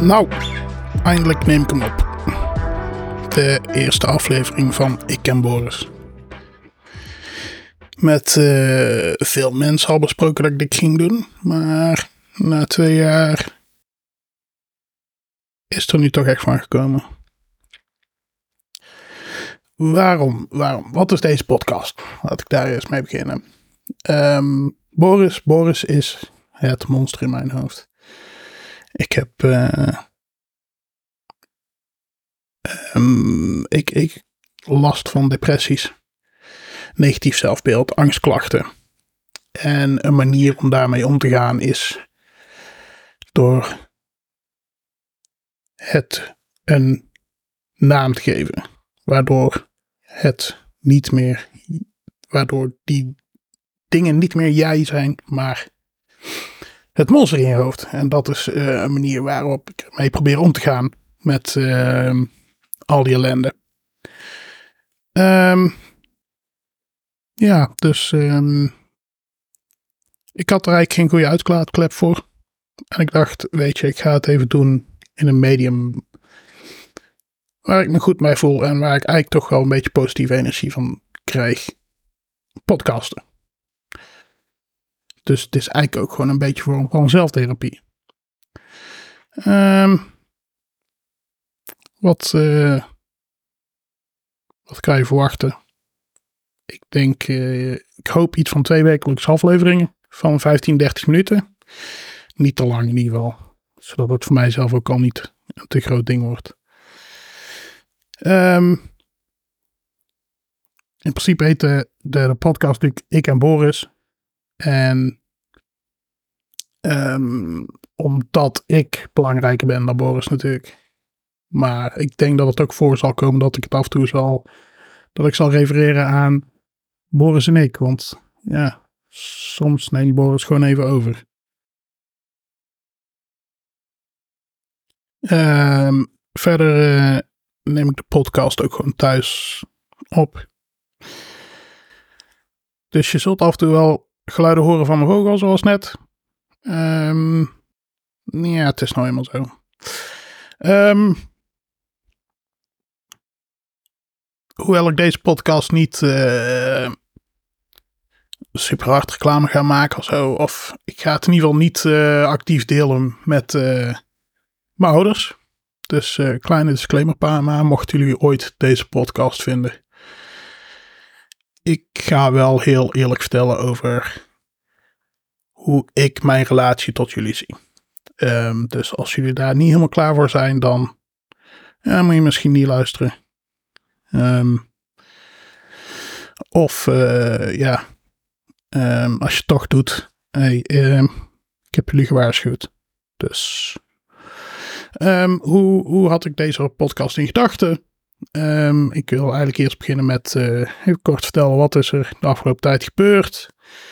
Nou, eindelijk neem ik hem op. De eerste aflevering van Ik Ken Boris. Met veel mensen al besproken dat ik dit ging doen. Maar na 2 jaar is er nu toch echt van gekomen. Waarom? Wat is deze podcast? Laat ik daar eerst mee beginnen. Boris is het monster in mijn hoofd. Ik heb... ik last van depressies, negatief zelfbeeld, angstklachten. En een manier om daarmee om te gaan is door het een naam te geven. Waardoor die dingen niet meer jij zijn, maar het monster in je hoofd. En dat is een manier waarop ik mee probeer om te gaan met al die ellende. Ik had er eigenlijk geen goede uitklaatklep voor. En ik dacht, weet je, ik ga het even doen in een medium waar ik me goed mee voel en waar ik eigenlijk toch wel een beetje positieve energie van krijg. Podcasten. Dus het is eigenlijk ook gewoon een beetje vorm van zelftherapie. Wat kan je verwachten? Ik denk, ik hoop iets van 2 wekelijkse afleveringen van 15, 30 minuten. Niet te lang in ieder geval. Zodat het voor mijzelf ook al niet een te groot ding wordt. In principe heet de podcast Ik en Boris. En omdat ik belangrijker ben dan Boris natuurlijk. Maar ik denk dat het ook voor zal komen dat ik het af en toe zal refereren aan Boris en ik. Want ja, soms neemt Boris gewoon even over. Verder neem ik de podcast ook gewoon thuis op. Dus je zult af en toe wel geluiden horen van mijn vogel, zoals net. Ja, het is nou eenmaal zo. Hoewel ik deze podcast niet super hard reclame ga maken of zo. Of ik ga het in ieder geval niet actief delen met mijn ouders. Dus kleine disclaimer, maar mochten jullie ooit deze podcast vinden. Ik ga wel heel eerlijk vertellen over hoe ik mijn relatie tot jullie zie. Dus als jullie daar niet helemaal klaar voor zijn, dan moet je misschien niet luisteren. Als je het toch doet, ik heb jullie gewaarschuwd. Dus hoe had ik deze podcast in gedachten? Ik wil eigenlijk eerst beginnen met even kort vertellen wat is er de afgelopen tijd gebeurd.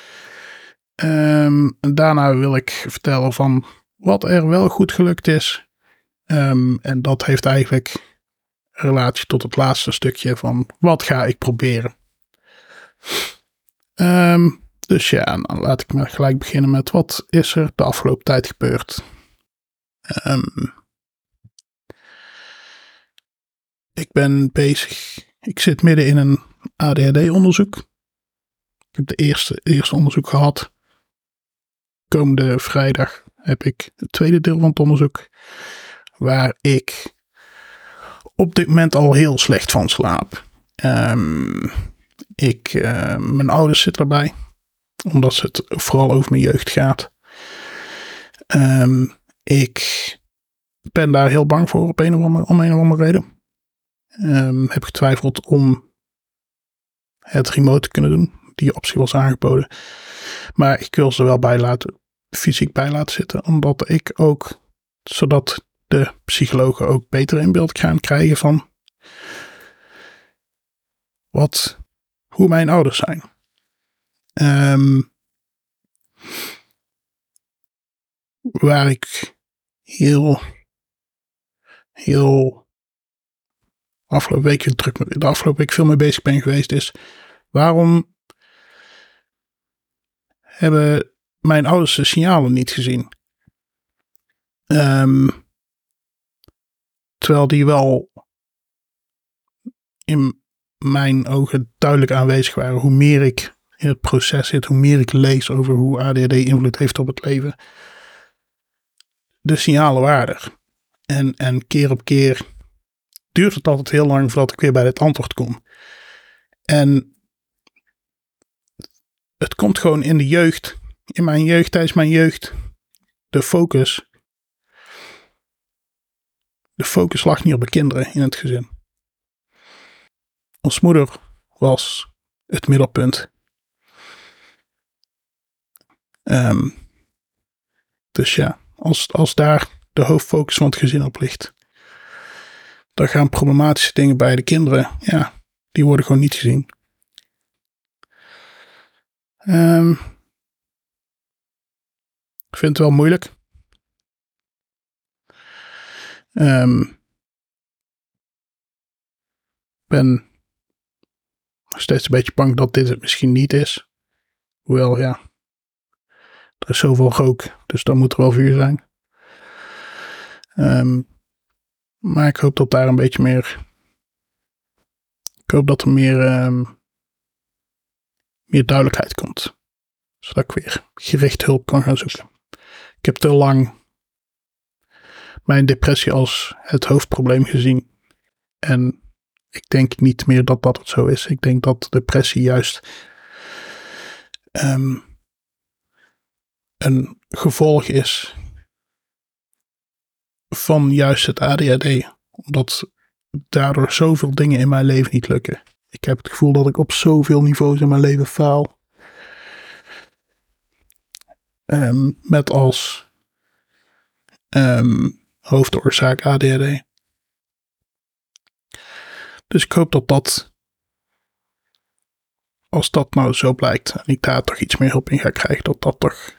Daarna wil ik vertellen van wat er wel goed gelukt is. En dat heeft eigenlijk een relatie tot het laatste stukje van wat ga ik proberen. Dus ja, dan laat ik maar gelijk beginnen met wat is er de afgelopen tijd gebeurd. Ik ben bezig. Ik zit midden in een ADHD-onderzoek. Ik heb de eerste onderzoek gehad. Komende vrijdag heb ik het tweede deel van het onderzoek. Waar ik op dit moment al heel slecht van slaap. Mijn ouders zitten erbij. Omdat het vooral over mijn jeugd gaat. Ik ben daar heel bang voor om een of andere reden. Heb getwijfeld om het remote te kunnen doen. Die optie was aangeboden. Maar ik wil ze wel fysiek bij laten zitten. Omdat ik ook, zodat de psychologen ook beter in beeld gaan krijgen van hoe mijn ouders zijn. Waar ik heel de afgelopen week veel mee bezig ben geweest is, waarom hebben mijn ouders de signalen niet gezien? Terwijl die wel in mijn ogen duidelijk aanwezig waren. Hoe meer ik in het proces zit, hoe meer ik lees over hoe ADHD invloed heeft op het leven. De signalen waren er. En keer op keer duurt het altijd heel lang voordat ik weer bij het antwoord kom. En het komt gewoon in de jeugd. In mijn jeugd, tijdens mijn jeugd. De focus lag niet op de kinderen in het gezin. Ons moeder was het middelpunt. Dus ja, als daar de hoofdfocus van het gezin op ligt, dan gaan problematische dingen bij de kinderen, ja, die worden gewoon niet gezien. Ik vind het wel moeilijk. Ben nog steeds een beetje bang dat dit het misschien niet is. Hoewel, ja, er is zoveel rook, dus dan moet er wel vuur zijn. Maar ik hoop dat daar een beetje meer... Ik hoop dat er meer duidelijkheid komt. Zodat ik weer gericht hulp kan gaan zoeken. Ik heb te lang mijn depressie als het hoofdprobleem gezien. En ik denk niet meer dat het zo is. Ik denk dat depressie juist een gevolg is van juist het ADHD. Omdat daardoor zoveel dingen in mijn leven niet lukken. Ik heb het gevoel dat ik op zoveel niveaus in mijn leven faal. Met als hoofdoorzaak ADHD. Dus ik hoop dat als dat nou zo blijkt en ik daar toch iets meer hulp in ga krijgen, dat toch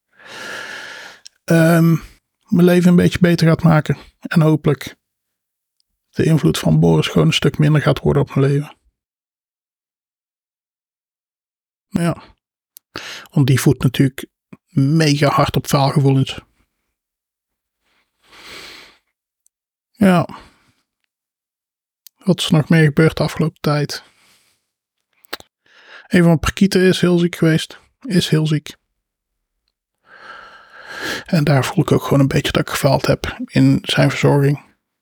mijn leven een beetje beter gaat maken. En hopelijk de invloed van Boris gewoon een stuk minder gaat worden op mijn leven. Ja, want die voedt natuurlijk mega hard op faalgevoelens. Ja. Wat is er nog meer gebeurd de afgelopen tijd? Een van mijn parkieten is heel ziek geweest. Is heel ziek. En daar voel ik ook gewoon een beetje dat ik gefaald heb in zijn verzorging.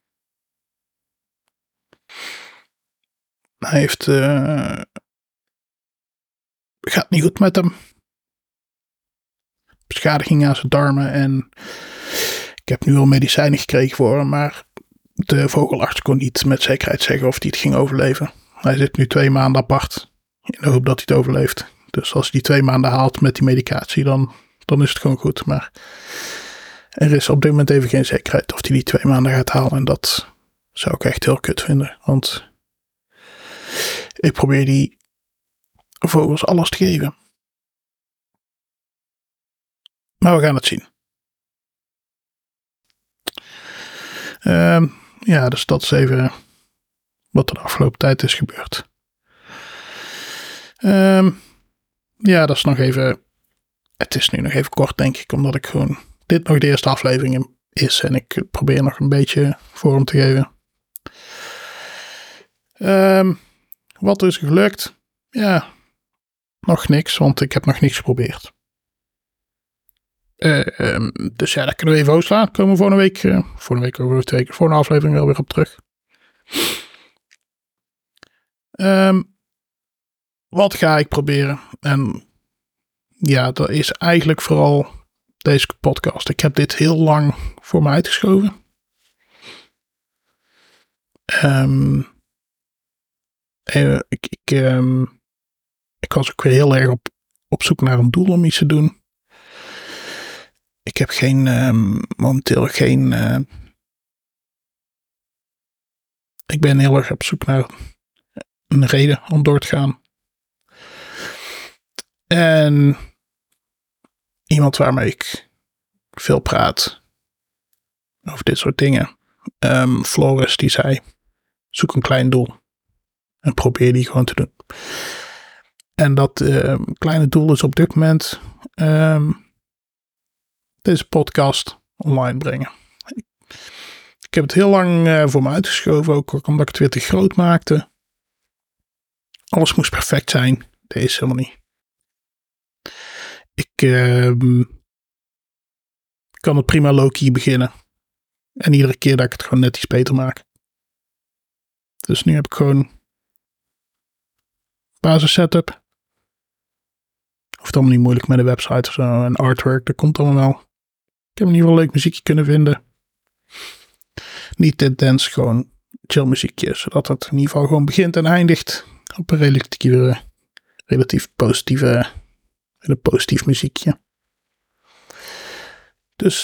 Hij heeft... gaat niet goed met hem. Beschadiging aan zijn darmen. En ik heb nu al medicijnen gekregen voor hem. Maar de vogelarts kon niet met zekerheid zeggen of hij het ging overleven. Hij zit nu 2 maanden apart. In de hoop dat hij het overleeft. Dus als hij die 2 maanden haalt met die medicatie, dan is het gewoon goed. Maar er is op dit moment even geen zekerheid of hij die 2 maanden gaat halen. En dat zou ik echt heel kut vinden. Want ik probeer die vogels alles te geven. Maar we gaan het zien. Ja, dus dat is even wat er de afgelopen tijd is gebeurd. Ja, dat is nog even... Het is nu nog even kort, denk ik, omdat ik gewoon... Dit nog de eerste aflevering is en ik probeer nog een beetje vorm te geven. Wat is er gelukt? Ja, nog niks, want ik heb nog niks geprobeerd. Dus ja, daar kunnen we even overslaan. Komen we volgende week over 2 weken, voor een aflevering wel weer op terug. Wat ga ik proberen? En ja, dat is eigenlijk vooral deze podcast. Ik heb dit heel lang voor me uitgeschoven. Ik was ook weer heel erg op zoek naar een doel om iets te doen. Ik heb momenteel geen... ik ben heel erg op zoek naar een reden om door te gaan. En iemand waarmee ik veel praat over dit soort dingen. Floris, die zei, zoek een klein doel. En probeer die gewoon te doen. En dat kleine doel is op dit moment deze podcast online brengen. Ik heb het heel lang voor me uitgeschoven. Ook omdat ik het weer te groot maakte. Alles moest perfect zijn. Dat is helemaal niet. Ik kan het prima low-key beginnen. En iedere keer dat ik het gewoon net iets beter maak. Dus nu heb ik gewoon basis setup. Of het allemaal niet moeilijk met een website of zo. En artwork, dat komt allemaal wel. Ik heb in ieder geval een leuk muziekje kunnen vinden. Niet te dance, gewoon chill muziekje. Zodat het in ieder geval gewoon begint en eindigt op een relatief positief muziekje. Dus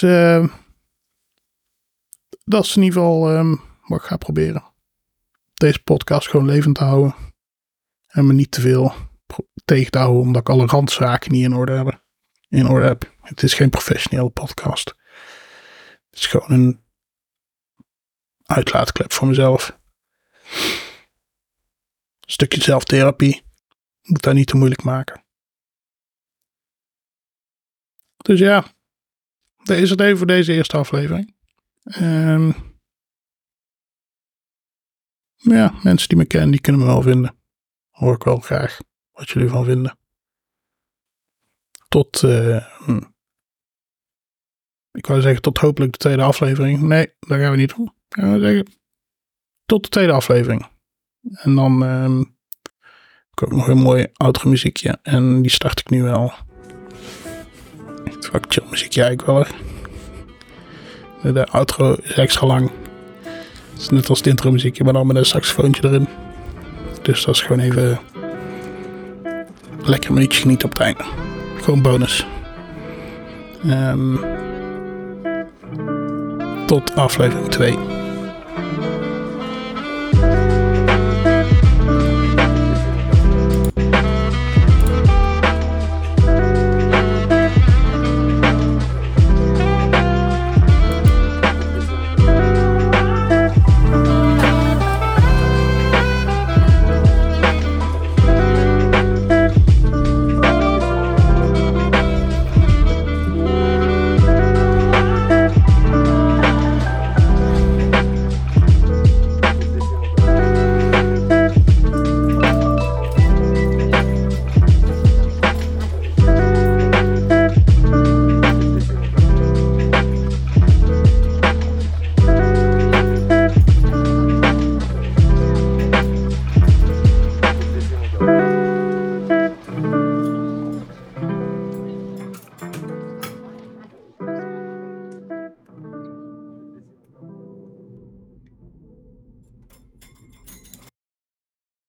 dat is in ieder geval wat ik ga proberen. Deze podcast gewoon levend te houden. En me niet te veel tegen te houden omdat ik alle randzaken niet in orde heb. Het is geen professionele podcast. Het is gewoon een uitlaatklep voor mezelf. Een stukje zelftherapie. Ik moet dat niet te moeilijk maken. Dus ja, dat is het even voor deze eerste aflevering. Ja, mensen die me kennen, die kunnen me wel vinden. Hoor ik wel graag wat jullie van vinden. Ik wou zeggen tot hopelijk de tweede aflevering. Nee, dat gaan we niet doen. Gaan we zeggen tot de tweede aflevering. En dan heb ik ook nog een mooi outro muziekje. En die start ik nu wel. Echt wat chill muziekje eigenlijk wel. De outro is extra lang. Het is net als het intro muziekje, maar dan met een saxofoontje erin. Dus dat is gewoon even lekker een minuutje genieten op het einde. Gewoon bonus. Tot aflevering 2.